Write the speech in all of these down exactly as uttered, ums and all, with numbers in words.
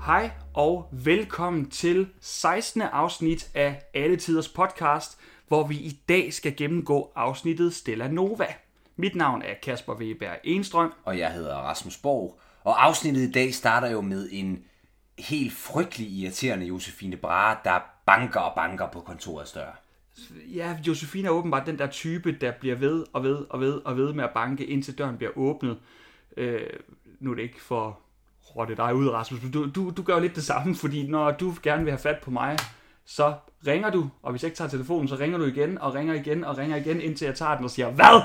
Hej og velkommen til sekstende afsnit af Alle Tiders Podcast, hvor vi i dag skal gennemgå afsnittet Stella Nova. Mit navn er Kasper Weber Enstrøm. Og jeg hedder Rasmus Borg. Og afsnittet i dag starter jo med en helt frygtelig irriterende Josefine Brahe, der banker og banker på kontorets dør. Ja, Josefine er åbenbart den der type, der bliver ved og ved og ved og ved med at banke, indtil døren bliver åbnet. Øh, nu er det ikke for rotte dig ud, Rasmus. Du, du, du gør jo lidt det samme, fordi når du gerne vil have fat på mig, så ringer du, og hvis jeg ikke tager telefonen, så ringer du igen og ringer igen og ringer igen, indtil jeg tager den og siger, hvad?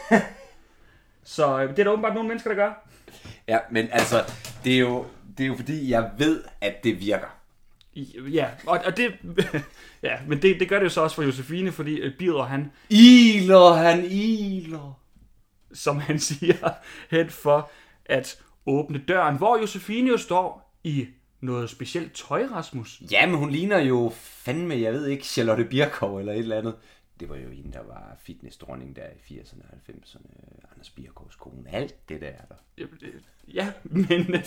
Så det er der åbenbart nogle mennesker, der gør. Ja, men altså, det er jo, det er jo fordi, jeg ved, at det virker. Ja, og, og det, ja, men det, det gør det jo så også for Josefine, fordi Birger, han iler, han iler, som han siger, hen for at åbne døren, hvor Josefine jo står i noget specielt tøj, Rasmus. Ja, men hun ligner jo fandme, jeg ved ikke, Charlotte Birkow eller et eller andet. Det var jo hende, der var fitnessdronning der i firserne og halvfemserne. Anders Birkows kone. Alt det der er der. Ja, men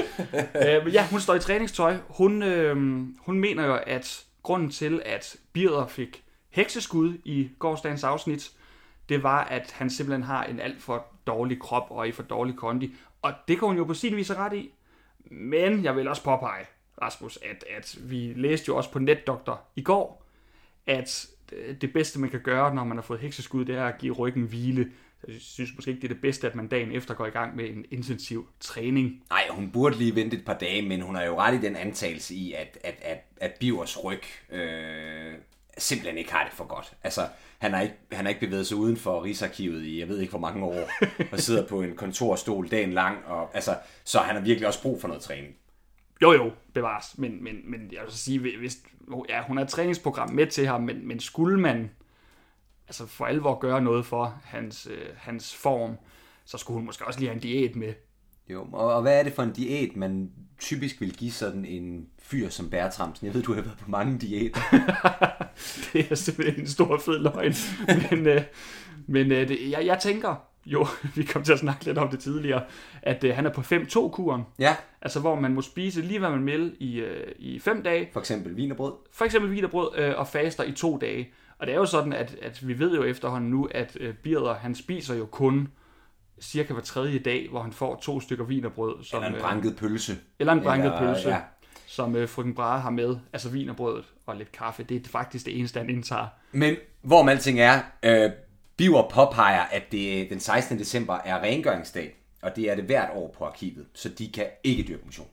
øh, ja, hun står i træningstøj. Hun, øh, hun mener jo, at grunden til, at Birger fik hekseskud i gårsdagens afsnit, det var, at han simpelthen har en alt for dårlig krop og i for dårlig kondi. Og det kan hun jo på sin vis ret i. Men jeg vil også påpege, Rasmus, at, at vi læste jo også på NetDoktor i går, at det bedste, man kan gøre, når man har fået hekseskud, det er at give ryggen hvile. Jeg synes måske ikke, det er det bedste, at man dagen efter går i gang med en intensiv træning. Nej, hun burde lige vente et par dage, men hun har jo ret i den antagelse i, at, at, at, at Birgers ryg øh, simpelthen ikke har det for godt. Altså, han har ikke, han har ikke bevæget sig uden for Rigsarkivet i, jeg ved ikke hvor mange år, og sidder på en kontorstol dagen lang, og, altså, så han har virkelig også brug for noget træning. Jo jo, bevares, men, men, men jeg vil så sige, hvis, ja, hun har et træningsprogram med til ham, men, men skulle man altså for alvor gøre noget for hans, øh, hans form, så skulle hun måske også lige have en diæt med. Jo, og, og hvad er det for en diæt, man typisk vil give sådan en fyr som Bertramsen? Jeg ved, du har været på mange diæter. Det er simpelthen en stor fed løgn, men, øh, men øh, det, jeg, jeg tænker, jo, vi kom til at snakke lidt om det tidligere, at øh, han er på fem to-kuren. Ja. Altså, hvor man må spise lige, hvad man vil i, øh, i fem dage. For eksempel wienerbrød. For eksempel wienerbrød øh, og faster i to dage. Og det er jo sådan, at, at vi ved jo efterhånden nu, at øh, Birger, han spiser jo kun cirka hver tredje dag, hvor han får to stykker wienerbrød. Som, eller en branket pølse. Øh, eller en branket eller, pølse, ja. Som øh, frøken Brahe har med. Altså wienerbrødet og lidt kaffe. Det er faktisk det eneste, han indtager. Men hvorom alting er, øh, Birger påpeger, at det den sekstende december er rengøringsdag, og det er det hvert år på arkivet, så de kan ikke dyrke motion.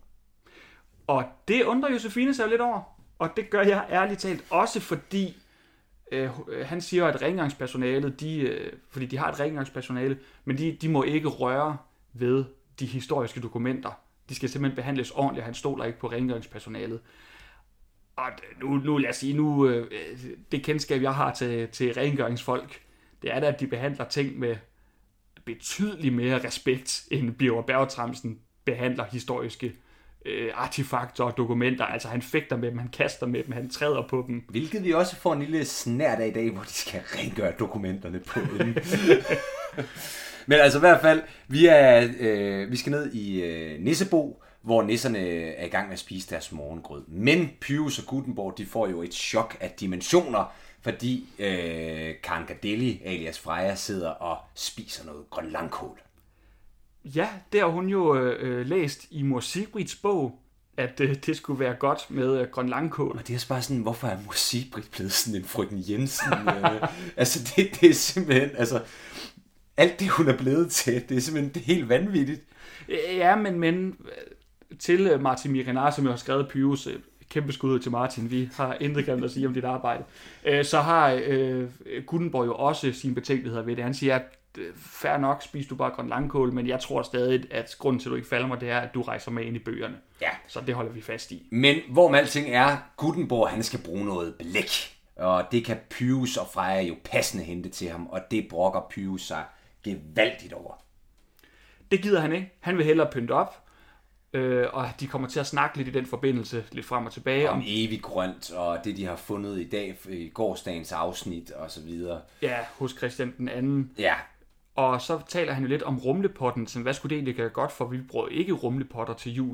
Og det undrer Josefine sig lidt over, og det gør jeg ærligt talt også, fordi øh, han siger, at rengøringspersonalet, de, øh, fordi de har et rengøringspersonale, men de, de må ikke røre ved de historiske dokumenter. De skal simpelthen behandles ordentligt, og han stoler ikke på rengøringspersonalet. Og nu, nu lad os sige, nu, øh, det kendskab, jeg har til, til rengøringsfolk, det er da, at de behandler ting med betydeligt mere respekt, end Birger Bertramsen behandler historiske øh, artefakter og dokumenter. Altså han fægter med dem, han kaster med dem, han træder på dem. Hvilket vi også får en lille snært af i dag, hvor de skal rengøre dokumenterne på dem. Men altså i hvert fald, vi, er, øh, vi skal ned i øh, Nissebo, hvor nisserne er i gang med at spise deres morgengrød. Men Pyrus og Guttenborg, de får jo et chok af dimensioner, fordi øh, Karen Gardelli, alias Freja, sidder og spiser noget grønlangkål. Ja, det har hun jo øh, læst i Mor Sigbrids bog, at øh, det skulle være godt med øh, grønlangkål. Og det er bare sådan, hvorfor er Mor Sigbrit blevet sådan en frøken Jensen? øh, altså, det, det er simpelthen, altså, alt det hun er blevet til, det er simpelthen det er helt vanvittigt. Ja, men, men til Martin Miranar, som jo har skrevet Pyrus, kæmpe skud til Martin, vi har intet grimt at sige om dit arbejde, så har øh, Guttenborg jo også sine betænkeligheder ved det. Han siger, at fair nok, spiser du bare grønlangkål, men jeg tror stadig, at grunden til, at du ikke falder mig, det er, at du rejser med ind i bøgerne. Ja. Så det holder vi fast i. Men hvorom alting er, Guttenborg, han skal bruge noget blæk, og det kan Pyrus og Freja jo passende hente til ham, og det brokker Pyrus sig gevaldigt over. Det gider han ikke. Han vil hellere pynte op, øh, og de kommer til at snakke lidt i den forbindelse, lidt frem og tilbage. Om, om evig grønt, og det de har fundet i dag, i gårsdagens afsnit, og så videre. Ja, hos Christian den anden. Ja. Og så taler han jo lidt om rumlepotten, så hvad skulle det egentlig gøre godt for, vi bruger ikke rumlepotter til jul.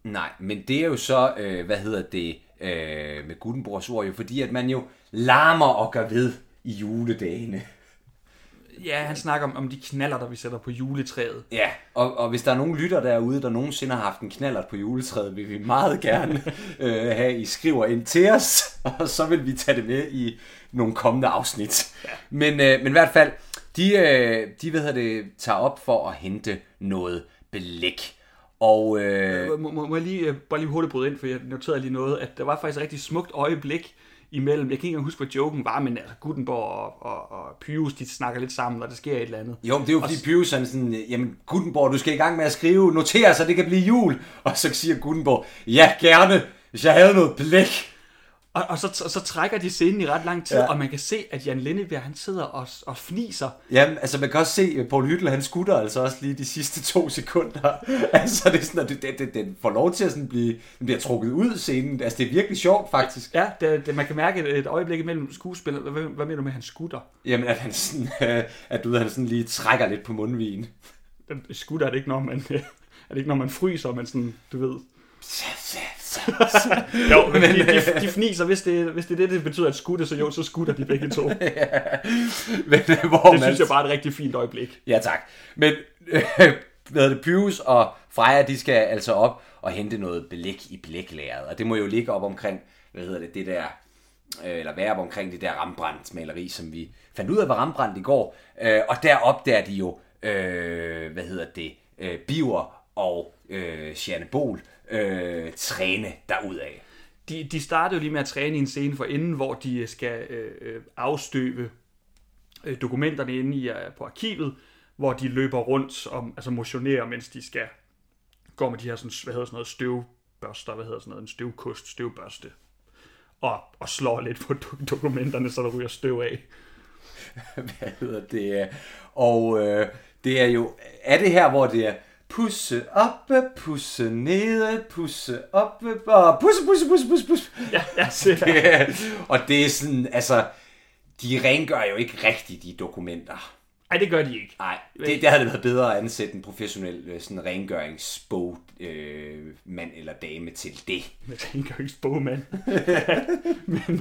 Nej, men det er jo så, øh, hvad hedder det, øh, med Gutenborgs ord jo, fordi at man jo larmer og gør ved i juledagene. Ja, han snakker om, om de knaller, der vi sætter på juletræet. Ja, og, og hvis der er nogen lytter derude, der nogensinde har haft en knallert på juletræet, vil vi meget gerne øh, have, I skriver ind til os, og så vil vi tage det med i nogle kommende afsnit. Ja. Men, øh, men i hvert fald, de, øh, de hvad hedder det, tager op for at hente noget belæg. Og, øh... må, må, må jeg lige, bare lige hurtigt bryde ind, for jeg noterede lige noget, at der var faktisk et rigtig smukt øjeblik imellem, jeg kan ikke engang huske, hvad joken var, men altså Gutenborg og, og, og Pyrus, de snakker lidt sammen, og der sker et eller andet. Jo, men det er jo fordi Pyrus er sådan, jamen Gutenborg, du skal i gang med at skrive, notere så det kan blive jul. Og så siger Gutenborg, ja gerne, hvis jeg havde noget blæk. Og, og, så, og så trækker de scenen i ret lang tid, ja. Og man kan se, at Jan Lindeberg, han sidder og, og fniser. Jamen, altså man kan også se, at Poul Hyttel, han skutter altså også lige de sidste to sekunder. Altså det er sådan, at det, det, det, det får lov til at sådan blive, den bliver trukket ud scenen. Altså det er virkelig sjovt faktisk. Ja, det, det, man kan mærke et, et øjeblik imellem skuespiller. Hvad, hvad mener du med, at han skutter? Jamen, at han sådan, øh, at du ved, han sådan lige trækker lidt på mundvigen. Den skutter er det ikke, når man, er det ikke, når man fryser, men sådan, du ved... jo, men de, de, de fniser, hvis det, hvis det er det, det betyder at skutte, så jo, så skutter de begge to. Ja. Men, hvor det man... synes jeg bare er et rigtig fint øjeblik. Ja, tak. Men øh, hvad hedder det, Pyrus og Freja, de skal altså op og hente noget belæg i belæglæret, og det må jo ligge op omkring, hvad hedder det, det der, øh, eller være op omkring det der Rembrandt-maleri, som vi fandt ud af, var Rembrandt i går, øh, og der opdager de jo, øh, hvad hedder det, øh, Biver og øh, Jeanne Bol, Øh, træne derudad. De, de startede jo lige med at træne i en scene for inden, hvor de skal øh, afstøve øh, dokumenterne inde i, uh, på arkivet, hvor de løber rundt og altså motionerer, mens de skal gå med de her sådan, hvad hedder sådan noget, støvbørster, hvad hedder sådan noget, en støvkost, støvbørste, og, og slår lidt på do- dokumenterne, så der ryger støv af. Hvad hedder det? Og øh, det er jo, er det her, hvor det er pusse oppe, pusse nede, pusse oppe, og pusse, pusse, pusse, pusse, pusse. Ja, ja, det er. Og det er sådan, altså, de rengør jo ikke rigtigt de dokumenter. Nej, det gør de ikke. Nej, det, det havde det været bedre at ansætte en professionel sådan rengøringsbog øh, mand eller dame til det. Med rengøringsbogmand. Men...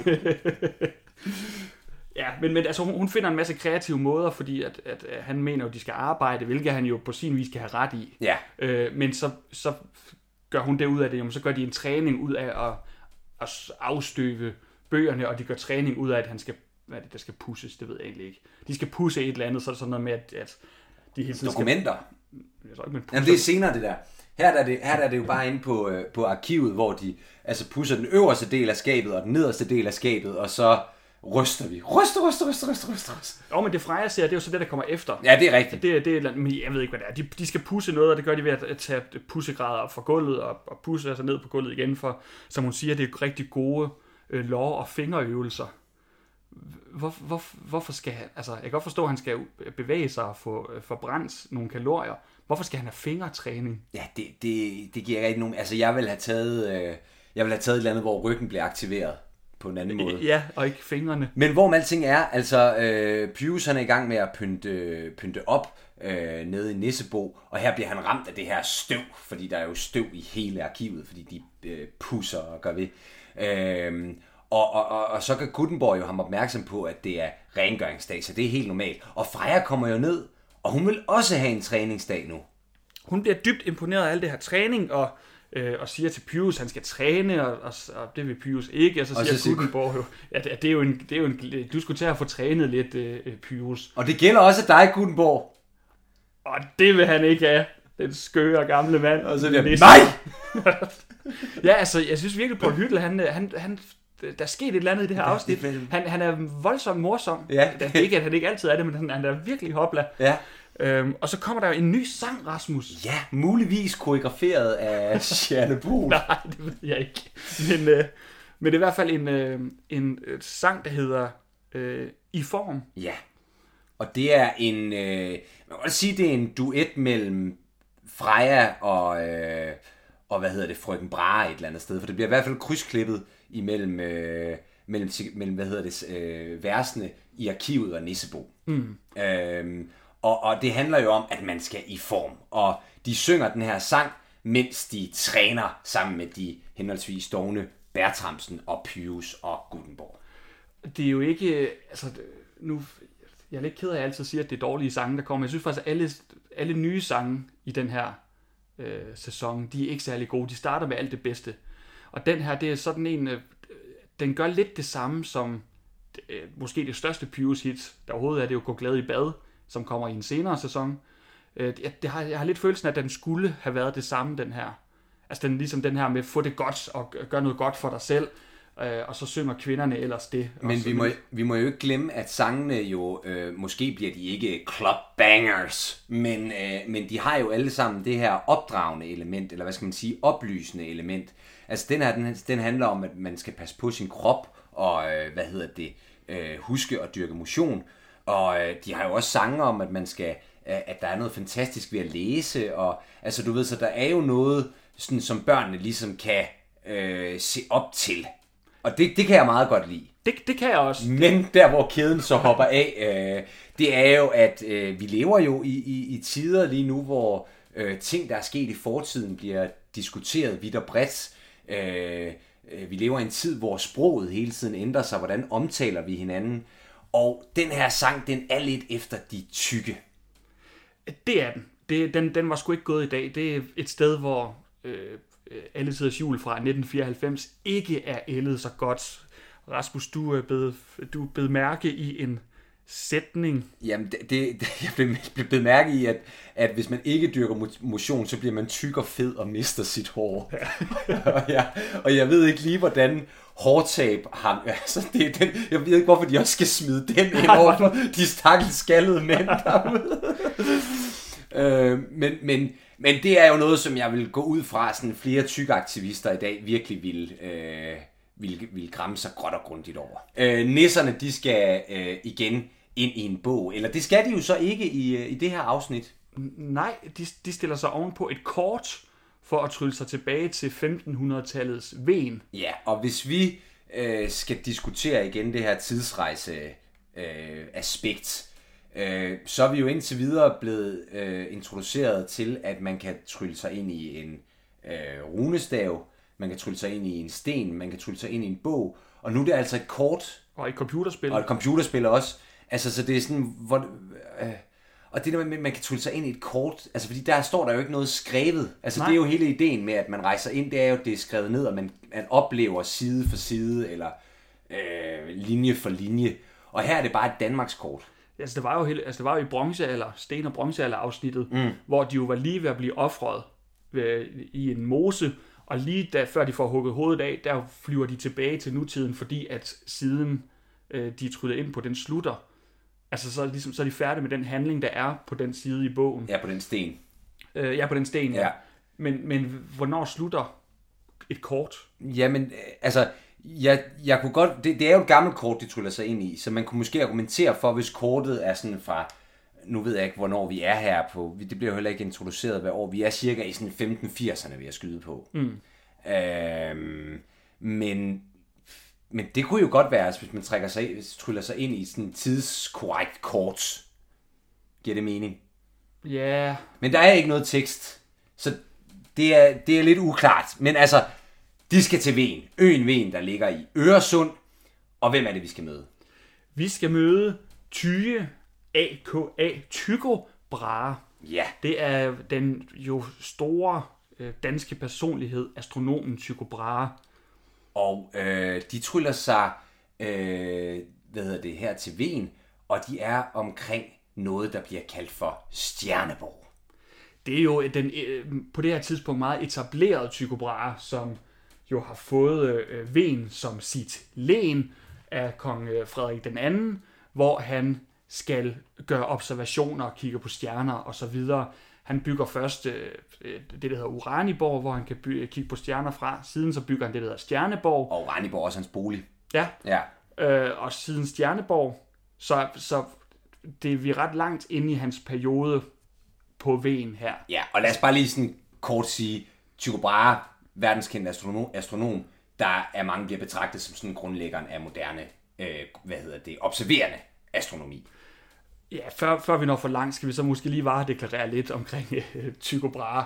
Ja, men, men altså, hun, hun finder en masse kreative måder, fordi at, at, at han mener jo, at de skal arbejde, hvilket han jo på sin vis kan have ret i. Ja. Øh, men så, så gør hun det ud af det, jamen, så gør de en træning ud af at, at afstøve bøgerne, og de gør træning ud af, at han skal, hvad er det, der skal pusses, det ved jeg egentlig ikke. De skal pusse et eller andet, så er det sådan noget med, at, at de hele tiden dokumenter? Skal, jeg tror ikke, men jamen, det er senere det der. Her er det, her er det jo bare inde på, øh, på arkivet, hvor de altså pusser den øverste del af skabet, og den nederste del af skabet, og så ryster vi. Ryster, ryster, ryster, ryster, ryster, ryster. Jo, men det Freja ser, det er jo så det, der kommer efter. Ja, det er rigtigt. Det, det er, men jeg ved ikke, hvad det er. De, de skal pusse noget, og det gør de ved at tage pussegrader fra gulvet og, og pusse altså ned på gulvet igen, for, som hun siger, det er rigtig gode øh, lår- og fingerøvelser. Hvor, hvor, hvorfor skal han, altså, jeg kan godt forstå, at han skal bevæge sig og få forbrændt nogle kalorier. Hvorfor skal han have fingertræning? Ja, det, det, det giver ikke nogen... Altså, jeg vil have taget, øh, jeg vil have taget et eller andet, hvor ryggen bliver aktiveret på en anden måde. Ja, og ikke fingrene. Men hvor alting er, altså øh, Pyrus han er i gang med at pynte, pynte op øh, nede i Nissebo, og her bliver han ramt af det her støv, fordi der er jo støv i hele arkivet, fordi de øh, pusser og gør ved. Øh, og, og, og, og så kan Gutenborg jo ham opmærksom på, at det er rengøringsdag, så det er helt normalt. Og Freja kommer jo ned, og hun vil også have en træningsdag nu. Hun bliver dybt imponeret af alt det her træning, og Øh, og siger til Pyrus, at han skal træne, og, og, og det vil Pyrus ikke, og så og siger så Gutenborg jo, at, at det er jo en, det er jo en, du skulle til at få trænet lidt, øh, Pyrus. Og det gælder også dig, Gutenborg. Og det vil han ikke have, den skøre gamle mand. Og så bliver nej! Ja, altså, jeg synes virkelig, Poul Hyttel, han, han, han, der er sket et eller andet i det her afsnit. Han, han er voldsomt morsom. Ja. Det er ikke, at han ikke altid er det, men han, han er virkelig hopla. Ja. Øhm, og så kommer der jo en ny sang, Rasmus. Ja, muligvis koreograferet af Jeanne Bol. Nej, det ved jeg ikke. Men, øh, men det er i hvert fald en, øh, en øh, sang, der hedder øh, I Form. Ja, og det er en, øh, man kan godt sige, det er en duet mellem Freja og, øh, og hvad hedder det, Frøken Brahe et eller andet sted. For det bliver i hvert fald krydsklippet imellem, øh, mellem, mellem hvad hedder det, øh, versene i arkivet og Nissebo. Mm. Øhm, Og, og det handler jo om, at man skal i form. Og de synger den her sang mens de træner sammen med de henholdsvis stående Bertramsen og Pyrus og Guttenborg. Det er jo ikke, altså nu, jeg er lidt ked af, at jeg altid siger, at det er dårlige sange, der kommer. Jeg synes faktisk, at alle, alle nye sange i den her øh, sæson, de er ikke særlig gode. De starter med alt det bedste. Og den her, det er sådan en, øh, den gør lidt det samme som øh, måske det største Pyrus hit, der overhovedet er, det jo Gå glad i bad, som kommer i en senere sæson. Øh, det, det har, jeg har lidt følelsen af, at den skulle have været det samme, den her. Altså den, ligesom den her med, få det godt og gøre noget godt for dig selv. Øh, og så synger kvinderne ellers det. Men vi må, vi må jo ikke glemme, at sangene jo, øh, måske bliver de ikke club bangers, men, øh, men de har jo alle sammen det her opdragende element, eller hvad skal man sige, oplysende element. Altså den her, den, den handler om, at man skal passe på sin krop, og øh, hvad hedder det, øh, huske at dyrke motion. Og øh, de har jo også sange om, at man skal, øh, at der er noget fantastisk ved at læse, og altså du ved, så der er jo noget, sådan, som børnene ligesom kan øh, se op til. Og det, det kan jeg meget godt lide. Det, det kan jeg også. Men der, hvor kæden så hopper af, øh, det er jo, at øh, vi lever jo i, i, i tider lige nu, hvor øh, ting, der er sket i fortiden, bliver diskuteret vidt og bredt. Øh, øh, vi lever i en tid, hvor sproget hele tiden ændrer sig. Hvordan omtaler vi hinanden? Og den her sang, den er lidt efter de tykke. Det er den. Det, den, den var sgu ikke gået i dag. Det er et sted, hvor... Øh, Alle tiders jul fra nitten fireoghalvfems ikke er ældet så godt. Rasmus, du bed, du bed mærke i en sætning. Jamen, det, det, jeg blev, blev bed mærke i, at, at hvis man ikke dyrker motion, så bliver man tyk og fed og mister sit hår. Ja. og, jeg, og jeg ved ikke lige, hvordan hårtab har... Altså, det er den, jeg ved ikke, hvorfor de også skal smide den ind over for de stakkels skaldede mænd derude. øh, men... men Men det er jo noget, som jeg vil gå ud fra, sådan flere tykke aktivister i dag virkelig vil, øh, vil, vil gramme sig godt og grundigt over. Øh, nisserne, de skal øh, igen ind i en bog, eller det skal de jo så ikke i, i det her afsnit. Nej, de, de stiller sig ovenpå et kort for at trylle sig tilbage til femtenhundredetallets Hven. Ja, og hvis vi øh, skal diskutere igen det her tidsrejse øh, aspekt, Øh, så er vi jo indtil videre blevet øh, introduceret til, at man kan trylle sig ind i en øh, runestav, man kan trylle sig ind i en sten, man kan trylle sig ind i en bog, og nu er det altså et kort. Og et computerspil. Og et computerspil også. Altså, så det er sådan, hvor... Øh, og det der med, at man kan trylle sig ind i et kort, altså fordi der står der jo ikke noget skrevet. Altså Nej. Det er jo hele ideen med, at man rejser ind, det er jo, det er skrevet ned, og man, man oplever side for side, eller øh, linje for linje. Og her er det bare et Danmarkskort. Altså det var jo, hele, altså det var jo i bronzealder, sten- og bronzealder afsnittet, mm. hvor de jo var lige ved at blive ofret ved, i en mose, og lige da, før de får hugget hovedet af, der flyver de tilbage til nutiden, fordi at siden øh, de er tryllet ind på den slutter, altså så, ligesom, så er de færdige med den handling, der er på den side i bogen. Ja, på den sten. Øh, ja, på den sten, ja. ja. Men, men hvornår slutter et kort? Jamen, altså... Jeg, jeg kunne godt, det, det er jo et gammelt kort, de tryller sig ind i, så man kunne måske argumentere for, hvis kortet er sådan fra, nu ved jeg ikke, hvornår vi er her på, det bliver jo heller ikke introduceret hver år, vi er cirka i sådan femten firserne, vi har skyde på. Mm. Øhm, men, men det kunne jo godt være, altså, hvis man trækker sig, tryller sig ind i sådan en tidskorrekt kort. Giver det mening? Ja. Yeah. Men der er ikke noget tekst, så det er, det er lidt uklart, men altså... De skal til Hven, øen Hven, der ligger i Øresund. Og hvem er det, vi skal møde? Vi skal møde Tyge, A K A, Tycho Brahe. Ja. Det er den jo store øh, danske personlighed, astronomen Tycho Brahe. Og øh, de tryller sig øh, hvad hedder det, her til Hven, og de er omkring noget, der bliver kaldt for Stjerneborg. Det er jo den, øh, på det her tidspunkt meget etableret Tycho Brahe, som... jo har fået øh, Hven som sit len af kong øh, Frederik den anden, hvor han skal gøre observationer og kigge på stjerner og så videre. Han bygger først øh, det, der hedder Uraniborg, hvor han kan by- kigge på stjerner fra. Siden så bygger han det, der hedder Stjerneborg. Og Uraniborg er også hans bolig. Ja, ja. Øh, og siden Stjerneborg, så, så det er vi ret langt inde i hans periode på Hven her. Ja, og lad os bare lige sådan kort sige, Tycho Brahe, verdenskendt astronom, astronom, der er mange bliver betragtet som sådan grundlæggeren af moderne, øh, hvad hedder det, observerende astronomi. Ja, før, før vi når for langt, skal vi så måske lige varedeklarere lidt omkring øh, Tycho Brahe. Det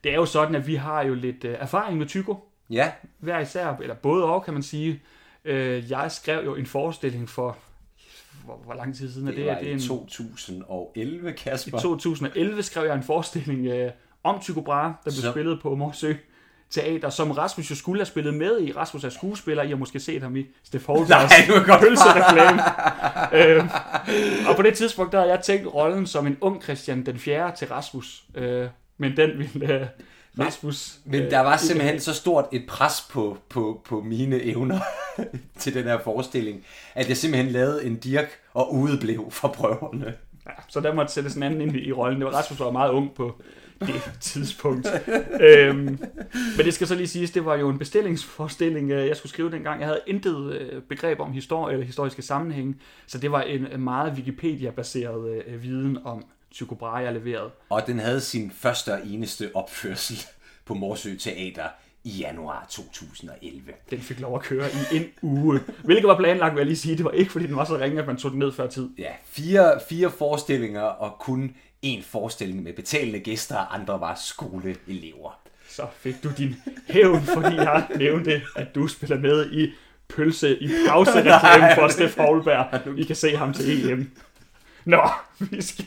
det er jo sådan, at vi har jo lidt øh, erfaring med Tycho. Ja. Hver især, eller både og, kan man sige. Øh, jeg skrev jo en forestilling for, hvor, hvor lang tid siden er det? Det var det er i en, to tusind og elleve, Kasper. I to tusind og elleve skrev jeg en forestilling øh, om Tycho Brahe, der blev Så... spillet på Morsø Teater, som Rasmus jo skulle have spillet med i. Rasmus er skuespiller, I har måske set ham i Steff Holbergs pølsereklame. øh, og på det tidspunkt, der havde jeg tænkt rollen som en ung Christian den fjerde til Rasmus. Øh, men den ville øh, Rasmus... Men, men der var simpelthen øh, så stort et pres på, på, på mine evner til den her forestilling, at jeg simpelthen lavede en dirk og udeblev fra prøverne. Ja, så der måtte sættes en anden ind i rollen. Det var Rasmus, der var meget ung på det tidspunkt. øhm, men det skal så lige siges, det var jo en bestillingsforestilling, jeg skulle skrive dengang. Jeg havde intet begreb om historie eller historiske sammenhænge, så det var en meget Wikipedia-baseret øh, viden om Tycho Brahe, jeg leverede. Og den havde sin første og eneste opførsel på Morsø Teater i januar to tusind og elleve. Den fik lov at køre i en uge. Hvilket var planlagt, vil jeg lige sige. Det var ikke, fordi den var så ringe, at man tog den ned før tid. Ja, fire, fire forestillinger og kun en forestilling med betalende gæster, og andre var skoleelever. Så fik du din hævn, fordi jeg nævnte, at du spiller med i pølse i pausereklame for Steff Holberg. I kan se ham til E M. Nå, vi skal...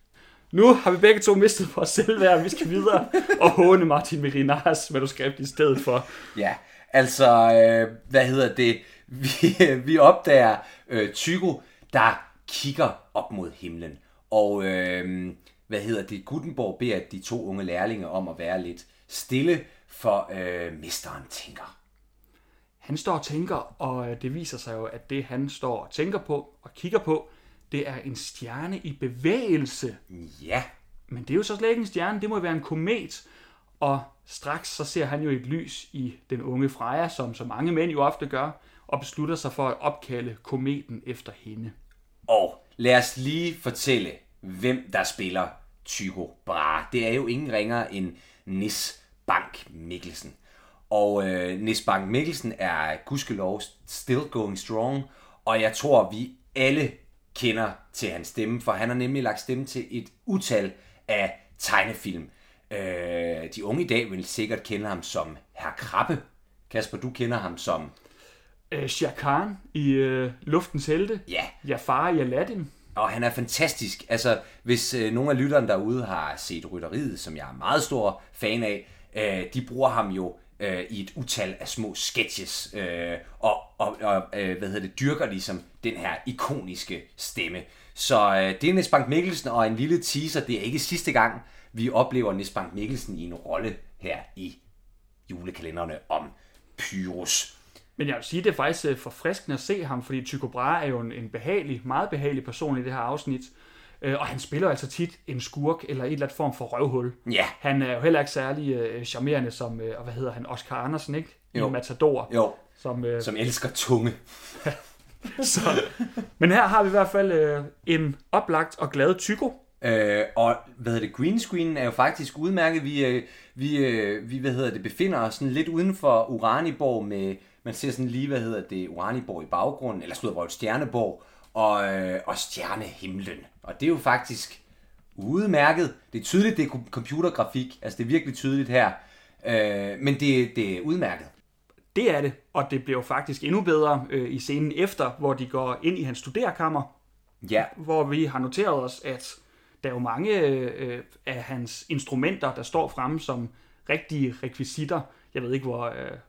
Nu har vi begge to mistet vores selvværd. Vi skal videre og håne Martin Merinars manuskript i stedet for. Ja, altså, øh, hvad hedder det? Vi, vi opdager øh, Tycho, der kigger op mod himlen. Og øh, hvad hedder det? Gutenborg beder de to unge lærlinge om at være lidt stille, for øh, mesteren tænker. Han står og tænker, og det viser sig jo, at det han står og tænker på og kigger på, det er en stjerne i bevægelse. Ja. Men det er jo så slet ikke en stjerne, det må være en komet. Og straks så ser han jo et lys i den unge Freja, som så mange mænd jo ofte gør, og beslutter sig for at opkalde kometen efter hende. Og lad os lige fortælle, hvem der spiller Tycho Brahe. Det er jo ingen ringere end Nis Bank Mikkelsen. Og øh, Nis Bank Mikkelsen er gudskelov still going strong, og jeg tror, vi alle kender til hans stemme, for han har nemlig lagt stemme til et utal af tegnefilm. Øh, de unge i dag vil sikkert kende ham som Herr Krabbe. Kasper, du kender ham som... Øh, Shere Khan i øh, Luftens Helte. Ja. Jafar i Aladdin. Og han er fantastisk. Altså, hvis øh, nogle af lytterne derude har set Rytteriet, som jeg er meget stor fan af, øh, de bruger ham jo øh, i et utal af små sketches, øh, og, og, og øh, hvad hedder det, dyrker ligesom den her ikoniske stemme. Så øh, det er Nis Bank Mikkelsen, og en lille teaser, det er ikke sidste gang, vi oplever Nis Bank Mikkelsen i en rolle her i julekalenderne om Pyrus. Men jeg vil sige, det er faktisk forfriskende at se ham, fordi Tycho Brahe er jo en, en behagelig, meget behagelig person i det her afsnit. Øh, og han spiller altså tit en skurk eller et eller andet form for røvhul. Ja. Han er jo heller ikke særlig øh, charmerende som, øh, og hvad hedder han, Oscar Andersen, ikke? I Jo. Matador. Jo, som, øh, som elsker tunge. så. Men her har vi i hvert fald øh, en oplagt og glad Tycho. Øh, og hvad hedder det, green screenen er jo faktisk udmærket. Vi, øh, vi, øh, vi hvad hedder det, befinder os sådan lidt uden for Uraniborg med, man ser sådan lige, hvad hedder det, Uraniborg i baggrunden, eller slutter vores Stjerneborg, og, øh, og stjernehimlen. Og det er jo faktisk udmærket. Det er tydeligt, det er computergrafik, altså det er virkelig tydeligt her, øh, men det, det er udmærket. Det er det, og det bliver jo faktisk endnu bedre øh, i scenen efter, hvor de går ind i hans studerkammer, ja. Hvor vi har noteret os, at der er jo mange øh, af hans instrumenter, der står fremme som rigtige rekvisitter. Jeg ved ikke, hvor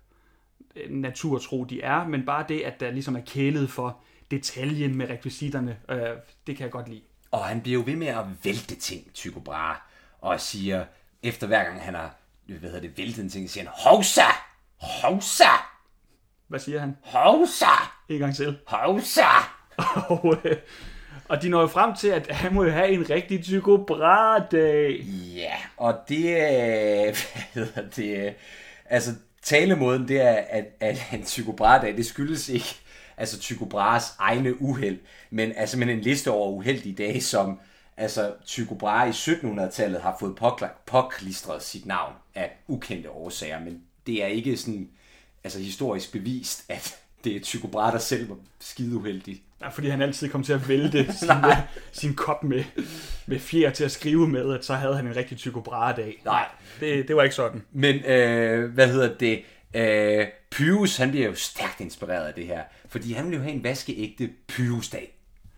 øh, naturtro de er, men bare det, at der ligesom er kælet for detaljen med rekvisitterne, øh, det kan jeg godt lide. Og han bliver jo ved med at vælte ting, Tycho Brahe, og siger, efter hver gang han har hvad hedder det, væltet en ting, siger han, hovsa! Hovsa! Hvad siger han? Hovsa! En gang til. Hovsa! og, øh, og de når jo frem til, at han må jo have en rigtig Tycho Brahe-dag. Ja, og det er, hvad hedder det, altså talemåden, det er, at, at en Tycho Brahe-dag, det skyldes ikke altså Tycho Brahes egne uheld, men altså men en liste over uheldige dage, som altså Tycho Brahe i syttenhundredetallet har fået påklistret sit navn af ukendte årsager, men det er ikke sådan altså historisk bevist, at det er Tycho Brahe, der selv var skide uheldig. Ja, fordi han altid kom til at vælte sin, sin kop med, med fjer til at skrive med, at så havde han en rigtig Tycho Brahe-dag. Nej. Det, det var ikke sådan. Men, øh, hvad hedder det? Øh, Pyrus, han bliver jo stærkt inspireret af det her, fordi han vil jo have en vaskeægte Pyrus-dag.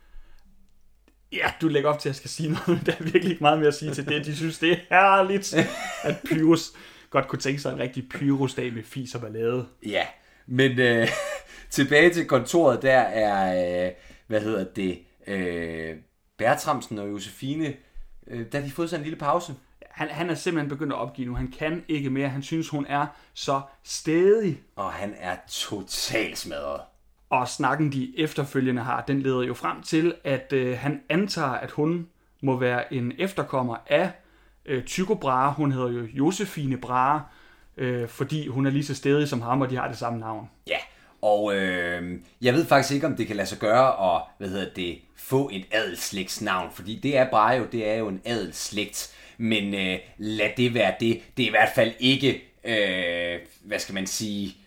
Ja, du lægger op til, at jeg skal sige noget. Der er virkelig ikke meget mere at sige til det. De synes, det er herligt, at Pyrus godt kunne tænke sig en rigtig Pyrus-dag med fis og ballade. Ja, men øh, tilbage til kontoret, der er, øh, hvad hedder det, øh, Bertramsen og Josefine, øh, der har de fået sig en lille pause. Han, han er simpelthen begyndt at opgive nu. Han kan ikke mere. Han synes, hun er så stædig. Og han er totalt smadret. Og snakken, de efterfølgende har, den leder jo frem til, at øh, han antager, at hun må være en efterkommer af øh, Tycho Brahe. Hun hedder jo Josefine Brahe, øh, fordi hun er lige så stædig som ham, og de har det samme navn. Ja, og øh, jeg ved faktisk ikke, om det kan lade sig gøre at, hvad hedder det, få et adelsslægtsnavn, fordi det er Brahe jo, det er jo en adelsslægt. Men øh, lad det være det. Det er i hvert fald ikke, øh, hvad skal man sige,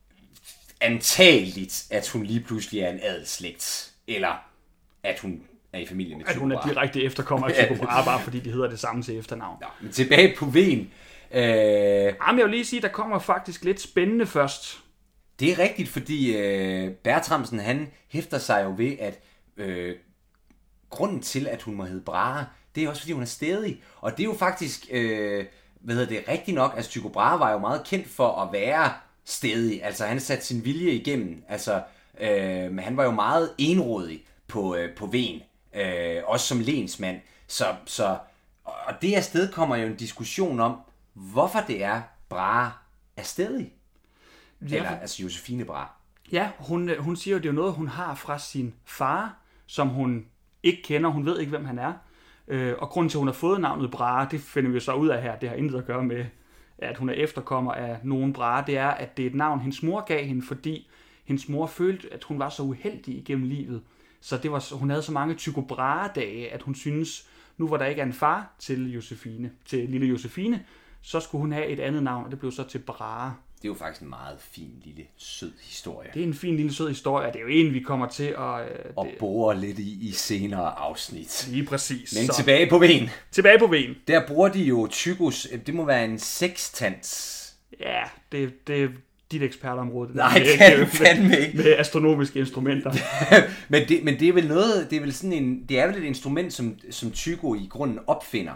antageligt, at hun lige pludselig er en adelsslægt. Eller at hun er i familie med Tycho Brahe. At hun er direkte efterkommer af Tycho Brahe, bare fordi de hedder det samme til efternavn. Nå, men tilbage på Hven. Øh, Jamen, jeg vil lige sige, at der kommer faktisk lidt spændende først. Det er rigtigt, fordi øh, Bertramsen, han hæfter sig jo ved, at øh, grunden til, at hun må hedde Brahe, det er også, fordi hun er stædig. Og det er jo faktisk, øh, hvad hedder det, rigtigt nok, altså Tycho Brahe var jo meget kendt for at være stædig. Altså han satte sin vilje igennem. Altså, øh, men han var jo meget enrådig på, øh, på Hven. Øh, også som lensmand. Så, så, og det afsted kommer jo en diskussion om, hvorfor det er, Brahe er stædig. Ja. Eller altså Josefine Brahe. Ja, hun, hun siger jo, det er jo noget, hun har fra sin far, som hun ikke kender. Hun ved ikke, hvem han er. Øh, og grunden til, at hun har fået navnet Brahe, det finder vi jo så ud af her. Det har intet at gøre med, at hun er efterkommer af nogen Brahe. Det er, at det er et navn, hendes mor gav hende, fordi hendes mor følte, at hun var så uheldig igennem livet. Så det var, hun havde så mange Tycho Brahe-dage, at hun synes, nu hvor der ikke er en far til Josefine, til lille Josefine, så skulle hun have et andet navn, og det blev så til Brahe. Det er jo faktisk en meget fin, lille, sød historie. Det er en fin, lille, sød historie. Det er jo en, vi kommer til at... Øh, og det... bore lidt i, i senere afsnit. Lige præcis. Men så... tilbage på Hven. Tilbage på Hven. Der bruger de jo Tychos... Det må være en sextant. Ja, det, det er dit ekspertområde. Det Nej, det kan du fandme ikke. Med astronomiske instrumenter. men, det, men det er vel noget... Det er vel sådan en... Det er vel et instrument, som, som Tycho i grunden opfinder.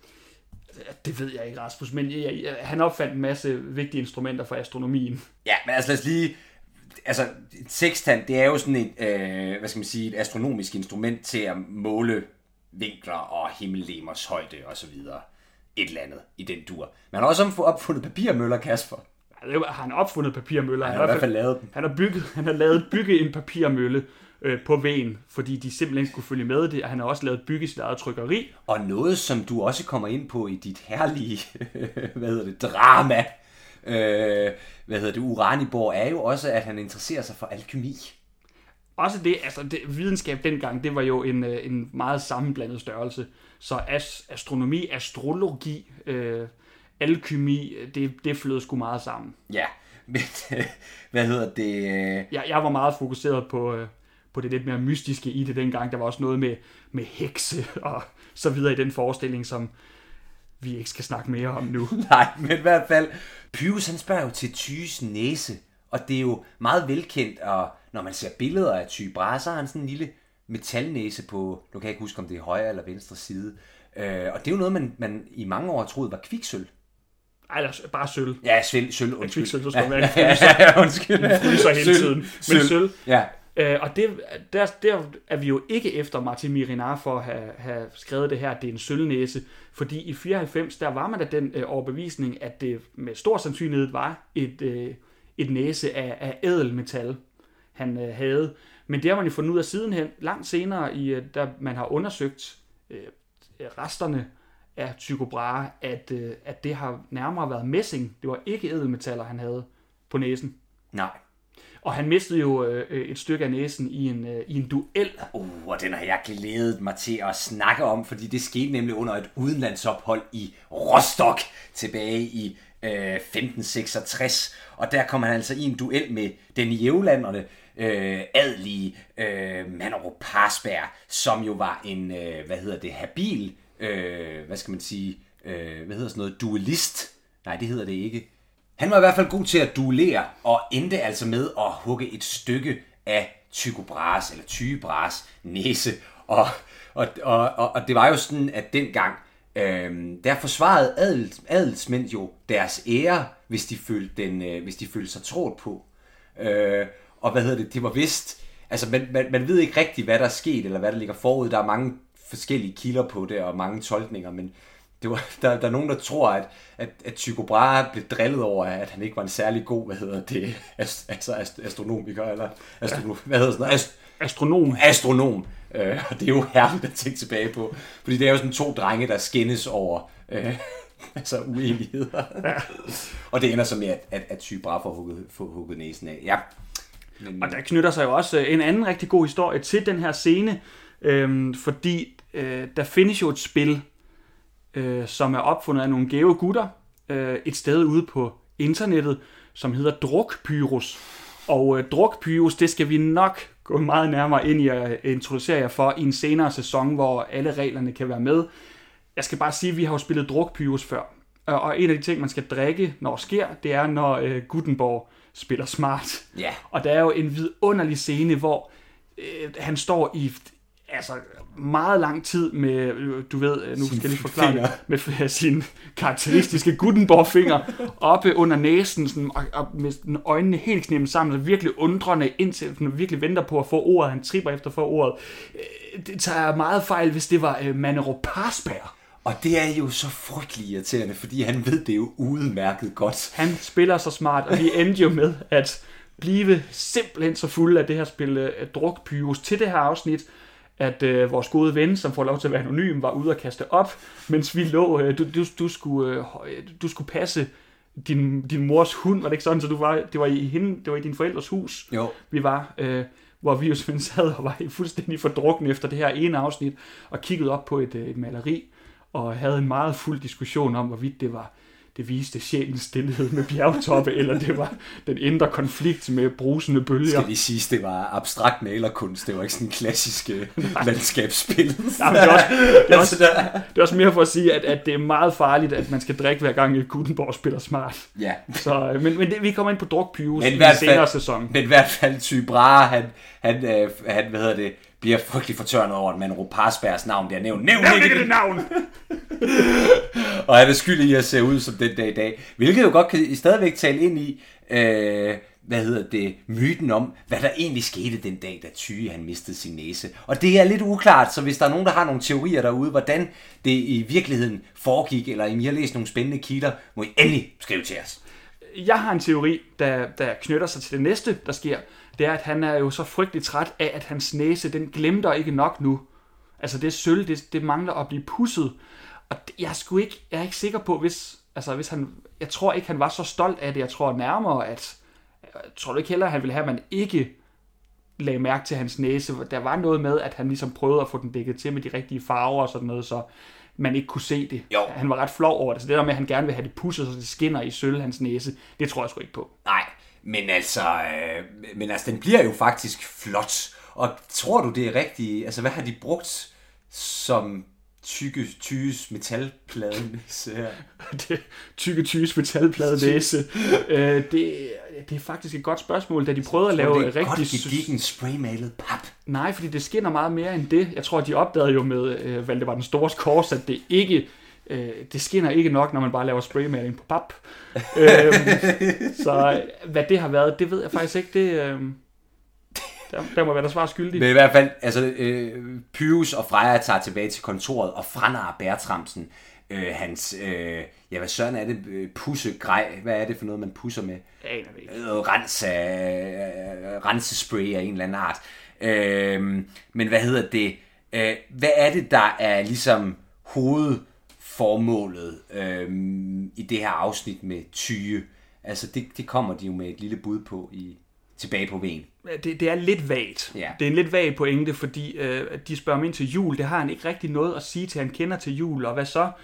Det ved jeg ikke, Rasmus, men jeg, jeg, han opfandt en masse vigtige instrumenter for astronomien. Ja, men altså lad os lige... Altså, sextant, det er jo sådan et, øh, hvad skal man sige, et astronomisk instrument til at måle vinkler og himmellemers højde og så videre. Et eller andet i den dur. Man har også opfundet papirmøller, Kasper. Ja, det har han opfundet papirmøller. Han har i hvert fald lavet dem. Han har, bygget, han har lavet bygge en papirmølle øh, på Hven, fordi de simpelthen ikke kunne følge med det, og han har også lavet bygge sit eget trykkeri. Og noget, som du også kommer ind på i dit herlige, hvad hedder det, drama, øh, hvad hedder det, Uraniborg, er jo også, at han interesserer sig for alkymi. Også det, altså det, videnskab dengang, det var jo en, en meget sammenblandet størrelse. Så as, astronomi, astrologi, øh, alkymi, det, det flød sgu meget sammen. Ja, men hvad hedder det? Jeg, jeg var meget fokuseret på, øh, på det lidt mere mystiske i det dengang. Der var også noget med, med hekse og så videre i den forestilling, som vi ikke skal snakke mere om nu. Nej, men i hvert fald, Pyrus han spørger jo til Tyges næse, og det er jo meget velkendt, og når man ser billeder af Tyge Brahe, så har han sådan en lille metalnæse på, du kan ikke huske, om det er højre eller venstre side, øh, og det er jo noget, man, man i mange år troede var kviksølv. Ej, eller bare sølv. Ja, sølv, sølv undskyld. Kviksølv, så skulle man være en fryser. Ja, ja, undskyld. En fryser hele tiden. Men sølv. sølv. Ja. Øh, og det, der, der er vi jo ikke efter Martin Miehe-Renard for at have, have skrevet det her, at det er en sølvnæse, fordi i fireoghalvfems, der var man da den øh, overbevisning, at det med stor sandsynlighed var et, øh, et næse af, af ædelmetal, han øh, havde. Men det har man jo fundet ud af sidenhen, langt senere, i, øh, da man har undersøgt øh, resterne af Tycho Brahe, at, øh, at det har nærmere været messing. Det var ikke ædelmetaller, han havde på næsen. Nej. Og han mistede jo øh, et stykke af næsen i en, øh, i en duel. Uh, og den har jeg glædet mig til at snakke om, fordi det skete nemlig under et udenlandsophold i Rostock tilbage i øh, femten seksogtres, og der kom han altså i en duel med den jævlanderne, øh, adelige øh, Manderup Parsberg, som jo var en, øh, hvad hedder det, habil, øh, hvad skal man sige, øh, hvad hedder sådan noget, duellist. Nej, det hedder det ikke. Han var i hvert fald god til at duellere, og endte altså med at hugge et stykke af Tycho Brahes, eller Tyge Brahes næse. Og, og, og, og, og det var jo sådan, at dengang, øh, der forsvarede adel, adelsmænd jo deres ære, hvis de følte, den, øh, hvis de følte sig trådt på. Øh, og hvad hedder det, det var vist, altså man, man, man ved ikke rigtigt, hvad der er sket, eller hvad der ligger forud. Der er mange forskellige kilder på det, og mange tolkninger, men det var, der, der er nogen, der tror, at, at, at Tycho Brahe blev drillet over, at han ikke var en særlig god, hvad hedder det, ast, altså ast, astronomiker, eller astronom, ja. hvad hedder sådan noget? Ast, astronom. Astronom. Øh, og det er jo herligt at tænke tilbage på, fordi det er jo sådan to drenge, der skændes over øh, altså uenigheder. Ja. Og det ender så med, at, at, at Tycho Brahe får hugget, får hugget næsen af. Ja. Men, og der knytter sig jo også en anden rigtig god historie til den her scene, øh, fordi øh, der findes jo et spil, Øh, som er opfundet af nogle gæve gutter øh, et sted ude på internettet, som hedder Drukpyrus. Og øh, Drukpyrus, det skal vi nok gå meget nærmere ind i at introducere jer for i en senere sæson, hvor alle reglerne kan være med. Jeg skal bare sige, at vi har jo spillet Drukpyrus før. Og en af de ting, man skal drikke, når det sker, det er, når øh, Gutenborg spiller smart. Yeah. Og der er jo en vidunderlig scene, hvor øh, han står i... altså meget lang tid med, du ved, nu skal jeg lige forklare det, med sin karakteristiske Gutenborg-finger oppe under næsen, sådan, og, og med sådan, øjnene helt knemt sammen, så virkelig undrende, indtil han virkelig venter på at få ordet, han tripper efter at få ordet. Det tager meget fejl, hvis det var uh, Manderup Parsberg. Og det er jo så frygtelig irriterende, fordi han ved det jo udmærket godt. Han spiller så smart, og vi endte jo med at blive simpelthen så fulde af det her spil uh, Drukpyrus til det her afsnit, at øh, vores gode ven, som får lov til at være anonym, var ude at kaste op, mens vi lå, øh, du, du, du, skulle, øh, du skulle passe din, din mors hund, var det ikke sådan, så du var, det var i hende, det var i din forældres hus, jo. Vi var, øh, hvor vi jo simpelthen sad og var fuldstændig fordrukken efter det her ene afsnit, og kiggede op på et, et maleri, og havde en meget fuld diskussion om, hvorvidt det var det viste sjælens stillhed med bjergtoppe, eller det var den indre konflikt med brusende bølger. Skal lige sige, det var abstrakt malerkunst, det var ikke sådan en klassisk landskabsspil. Nej, det, er også, det, er også, det er også mere for at sige, at, at det er meget farligt, at man skal drikke hver gang Gutenborg spiller smart. Ja. Så, men men det, vi kommer ind på Drukpyrus i en senere sæson. Men i hvert fald Tyge Brahe, han, han, øh, han, hvad hedder det, bliver frygtelig fortørnet over, at Manderup Parsbergs navn bliver nævnt. Nævn ikke, ikke det navn! Og han er skyldig i at se ud som den dag i dag. Hvilket jo godt kan stadigvæk tale ind i, øh, hvad hedder det, myten om, hvad der egentlig skete den dag, da Tyge han mistede sin næse. Og det er lidt uklart, så hvis der er nogen, der har nogle teorier derude, hvordan det i virkeligheden foregik, eller I har læst nogle spændende kilder, må I endelig skrive til os. Jeg har en teori, der, der knytter sig til det næste, der sker. Det er, at han er jo så frygtelig træt af, at hans næse, den glemter ikke nok nu. Altså det sølv, det, det mangler at blive pudset. Og det, jeg, er sgu ikke, jeg er ikke sikker på, hvis, altså hvis han, jeg tror ikke, han var så stolt af det. Jeg tror nærmere, at, jeg tror ikke heller, at han ville have, at man ikke lagde mærke til hans næse. Der var noget med, at han ligesom prøvede at få den dækket til med de rigtige farver og sådan noget, så man ikke kunne se det. Jo. Han var ret flov over det. Så det der med, at han gerne vil have det pudset, så det skinner i sølv, hans næse, det tror jeg sgu ikke på. Nej, men altså, øh, men altså, den bliver jo faktisk flot. Og tror du, det er rigtigt? Altså, hvad har de brugt som Tyge Tyges metalpladenæse her? det, Tyge Tyges metalpladenæse. øh, det, det er faktisk et godt spørgsmål, da de prøvede at lave det er rigtig... godt gedigen spraymalet pap. Nej, fordi det skinner meget mere end det. Jeg tror, de opdagede jo med øh, Valdemar den Stores kors, at det ikke... Øh, det skinner ikke nok, når man bare laver spraymaling på pap. øh, så hvad det har været, det ved jeg faktisk ikke. Det... Øh, Der, der må være der svar skyldig. Men i hvert fald, altså, øh, Pyrus og Freja tager tilbage til kontoret og franar Bertramsen. Øh, hans, øh, ja, hvad søren er det? Øh, pussegrej. Hvad er det for noget, man pusser med? Jeg aner det ikke. Øh, rens af, øh, rensespray af en eller anden art. Øh, men hvad hedder det? Øh, hvad er det, der er ligesom hovedformålet øh, i det her afsnit med Tyge? Altså, det, det kommer de jo med et lille bud på i... tilbage på vejen. Det, det er lidt vagt. Ja. Det er en lidt vag pointe, fordi øh, de spørger ham ind til jul. Det har han ikke rigtig noget at sige til, han kender til jul. Og hvad så?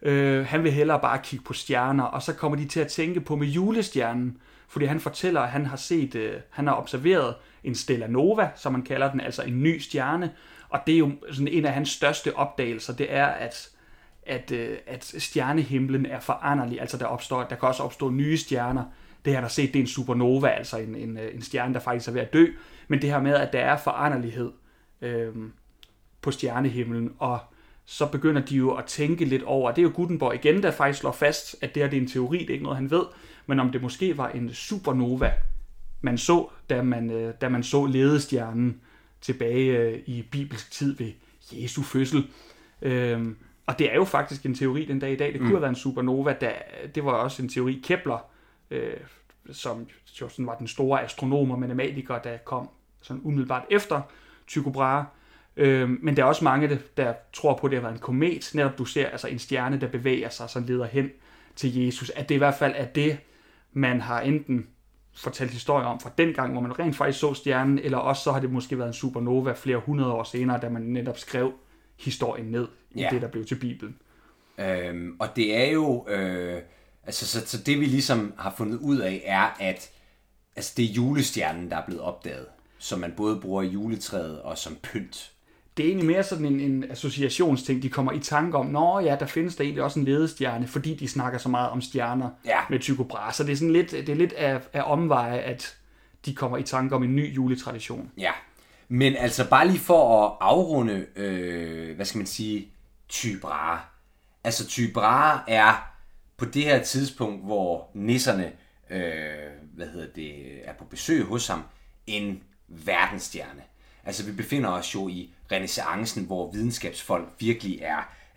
Øh, han vil hellere bare kigge på stjerner, og så kommer de til at tænke på med julestjernen, fordi han fortæller, at han har set, øh, han har observeret en stella nova, som man kalder den, altså en ny stjerne, og det er jo sådan en af hans største opdagelser, det er, at, at, øh, at stjernehimlen er foranderlig, altså der, opstår, der kan også opstå nye stjerner. Det har der set, det er en supernova, altså en, en, en stjerne, der faktisk er ved at dø, men det her med, at der er foranderlighed øh, på stjernehimlen, og så begynder de jo at tænke lidt over, det er jo Gutenberg igen, der faktisk slår fast, at det her det er en teori, det er ikke noget, han ved, men om det måske var en supernova, man så, da man, da man så ledestjernen tilbage i bibelsk tid ved Jesu fødsel. Øhm, og det er jo faktisk en teori den dag i dag. Det kunne mm. have været en supernova. Da, det var også en teori Kepler, øh, som jo sådan var den store astronom og matematiker, der kom sådan umiddelbart efter Tycho Brahe. Øhm, men der er også mange, der tror på, at det har været en komet. Netop du ser altså en stjerne, der bevæger sig, så leder hen til Jesus. At det i hvert fald er det, man har enten fortalt historier om fra den gang, hvor man rent faktisk så stjernen, eller også så har det måske været en supernova flere hundrede år senere, da man netop skrev historien ned i ja. det, der blev til Bibelen. Øhm, og det er jo, øh, altså så, så det vi ligesom har fundet ud af, er, at altså, det er julestjernen, der er blevet opdaget, som man både bruger i juletræet og som pynt. Det er egentlig mere sådan en, en associationsting, de kommer i tanke om, nå ja, der findes der egentlig også en ledestjerne, fordi de snakker så meget om stjerner ja. med Tycho Brahe. Så det er sådan lidt, det er lidt af, af omveje, at de kommer i tanke om en ny juletradition. Ja, men altså bare lige for at afrunde, øh, hvad skal man sige, Tycho Brahe. Altså Tycho Brahe er på det her tidspunkt, hvor nisserne øh, hvad hedder det, er på besøg hos ham, en verdensstjerne. Altså vi befinder os jo i renæssancen, hvor videnskabsfolk virkelig er,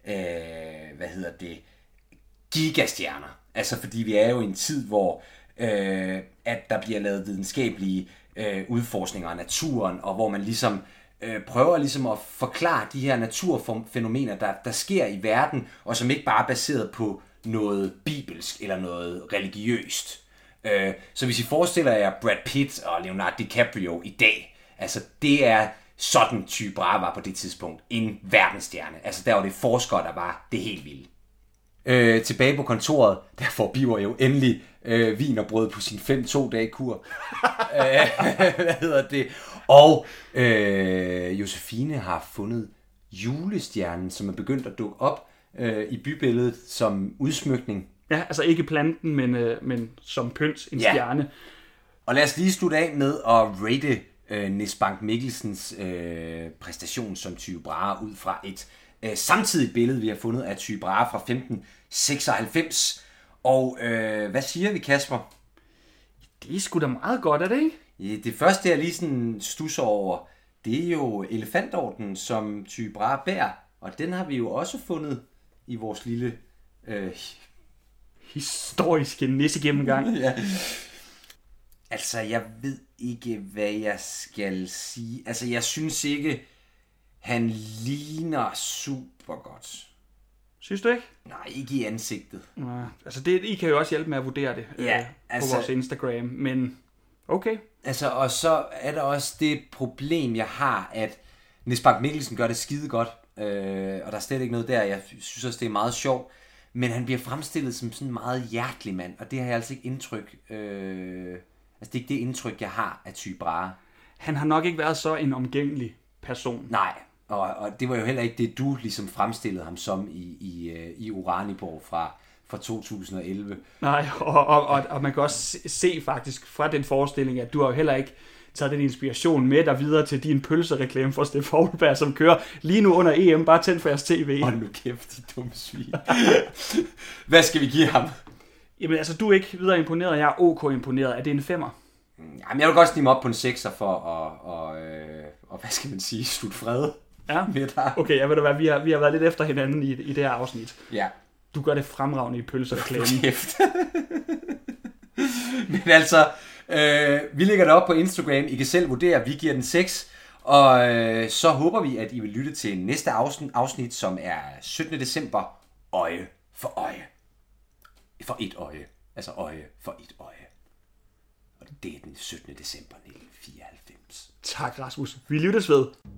øh, hvad hedder det, gigastjerner. Altså fordi vi er jo i en tid, hvor øh, at der bliver lavet videnskabelige øh, udforskninger af naturen, og hvor man ligesom øh, prøver ligesom at forklare de her naturfænomener, der, der sker i verden, og som ikke bare er baseret på noget bibelsk eller noget religiøst. Øh, så hvis I forestiller jer Brad Pitt og Leonardo DiCaprio i dag, altså det er sådan Tycho Brahe var på det tidspunkt. En verdensstjerne. Altså der var det forskere, der var det helt vilde. Øh, tilbage på kontoret, der får Biver jo endelig øh, vin og brød på sin fem to dage kur. øh, hvad hedder det? Og øh, Josefine har fundet julestjernen, som er begyndt at dukke op øh, i bybilledet som udsmykning. Ja, altså ikke planten, men, øh, men som pynt, en ja. stjerne. Og lad os lige slutte af med at rate øh, Nis Bank Mikkelsens øh, præstation som Tycho Brahe ud fra et øh, samtidigt billede, vi har fundet af Tycho Brahe fra femten seksoghalvfems. Og øh, hvad siger vi, Kasper? Det er sgu da meget godt, er det ikke? Ja, det første, jeg lige sådan stusser over, det er jo elefantorden, som Tycho Brahe bærer. Og den har vi jo også fundet i vores lille øh... historiske nissegennemgang. ja. Altså, jeg ved ikke, hvad jeg skal sige. Altså, jeg synes ikke, han ligner super godt. Synes du ikke? Nej, ikke i ansigtet. Nej, altså det, I kan jo også hjælpe med at vurdere det ja, øh, altså, på vores Instagram, men okay. Altså, og så er der også det problem, jeg har, at Nis Bank Mikkelsen gør det skide godt, øh, og der er slet ikke noget der. Jeg synes også, det er meget sjovt, men han bliver fremstillet som sådan en meget hjertelig mand, og det har jeg altså ikke indtryk. Øh, altså, det er ikke det indtryk, jeg har af Tycho Brahe. Han har nok ikke været så en omgængelig person. Nej. Og, og det var jo heller ikke det, du ligesom fremstillede ham som i, i, i Uraniborg fra, fra to tusind og elleve. Nej, og, og, og, og man kan også se, se faktisk fra den forestilling, at du har jo heller ikke taget den inspiration med dig videre til din pølsereklame for Steff Houlberg, som kører lige nu under E M. Bare tænd for jeres tv. Hold nu kæft, de dumme svin. Hvad skal vi give ham? Jamen altså, du er ikke videre imponeret, jeg er ok imponeret. Er det en femmer? Jamen, jeg vil godt snige mig op på en sekser for at, og, øh, og hvad skal man sige, slutte fred. Ja, okay, jeg ved da hvad, vi har, vi har været lidt efter hinanden i, i det her afsnit. Ja. Du gør det fremragende i pølsereklamen. Kæft. Men altså, øh, vi lægger det op på Instagram. I kan selv vurdere, vi giver den seks. Og øh, så håber vi, at I vil lytte til næste afsnit, afsnit som er syttende december. Øje for øje. For et øje. Altså øje for et øje. Og det er den syttende december nitten fireoghalvfems. Tak, Rasmus. Vi lyttes ved.